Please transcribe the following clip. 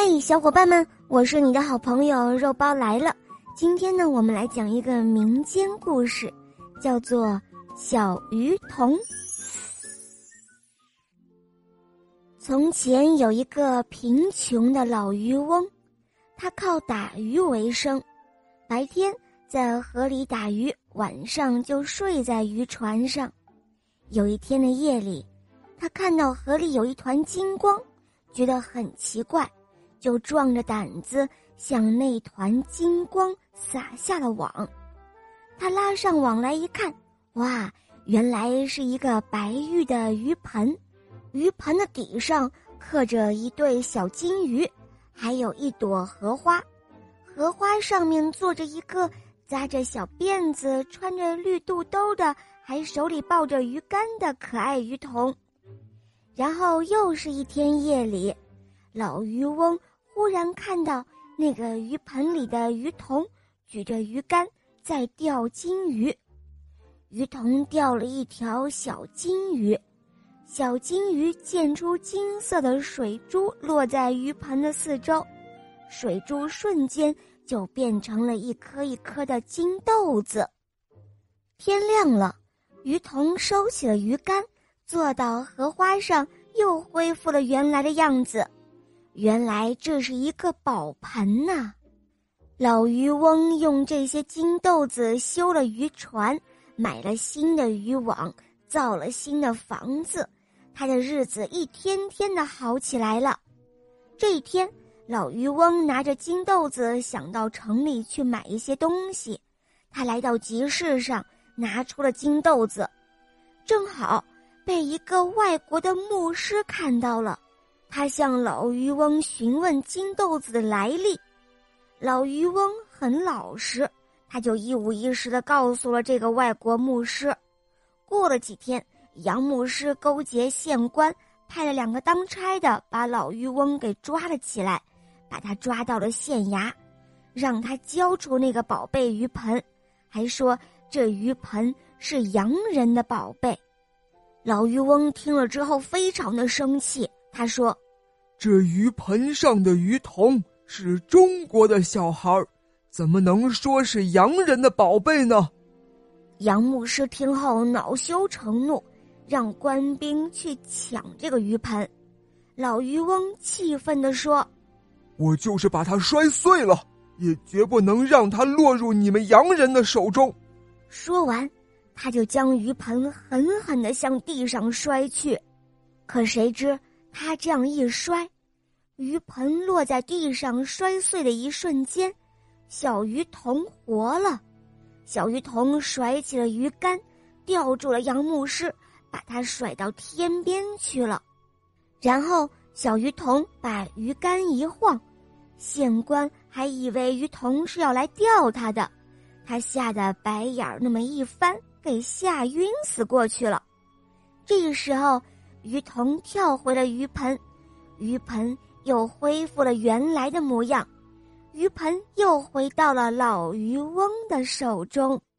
嘿，小伙伴们，我是你的好朋友肉包来了。今天呢，我们来讲一个民间故事，叫做《小鱼童》。从前有一个贫穷的老渔翁，他靠打鱼为生，白天在河里打鱼，晚上就睡在渔船上。有一天的夜里，他看到河里有一团金光，觉得很奇怪，就壮着胆子向那团金光撒下了网。他拉上网来一看，哇，原来是一个白玉的鱼盆，鱼盆的底上刻着一对小金鱼，还有一朵荷花，荷花上面坐着一个扎着小辫子、穿着绿肚兜的，还手里抱着鱼竿的可爱鱼童。然后又是一天夜里，老渔翁忽然看到那个鱼盆里的鱼童举着鱼竿在钓金鱼，鱼童钓了一条小金鱼，小金鱼溅出金色的水珠落在鱼盆的四周，水珠瞬间就变成了一颗一颗的金豆子。天亮了，鱼童收起了鱼竿，坐到荷花上，又恢复了原来的样子。原来这是一个宝盆呐！老渔翁用这些金豆子修了渔船，买了新的渔网，造了新的房子，他的日子一天天的好起来了。这一天，老渔翁拿着金豆子想到城里去买一些东西，他来到集市上，拿出了金豆子，正好被一个外国的牧师看到了。他向老渔翁询问金豆子的来历，老渔翁很老实，他就一五一十地告诉了这个外国牧师。过了几天，杨牧师勾结县官，派了2个当差的把老渔翁给抓了起来，把他抓到了县衙，让他交出那个宝贝鱼盆，还说这鱼盆是洋人的宝贝。老渔翁听了之后非常的生气，他说， 这鱼盆上的鱼童是中国的小孩，怎么能说是洋人的宝贝呢？ 杨牧师听后恼羞成怒，让官兵去抢这个鱼盆。老渔翁气愤地说， 我就是把它摔碎了，也绝不能让它落入你们洋人的手中。 说完，他就将鱼盆狠狠地向地上摔去。可谁知他这样一摔，鱼盆落在地上摔碎的一瞬间，小鱼童活了。小鱼童甩起了鱼竿，吊住了杨牧师，把他甩到天边去了。然后小鱼童把鱼竿一晃，县官还以为鱼童是要来钓他的，他吓得白眼那么一翻，给吓晕死过去了。这时候鱼童跳回了鱼盆，鱼盆又恢复了原来的模样，鱼盆又回到了老渔翁的手中。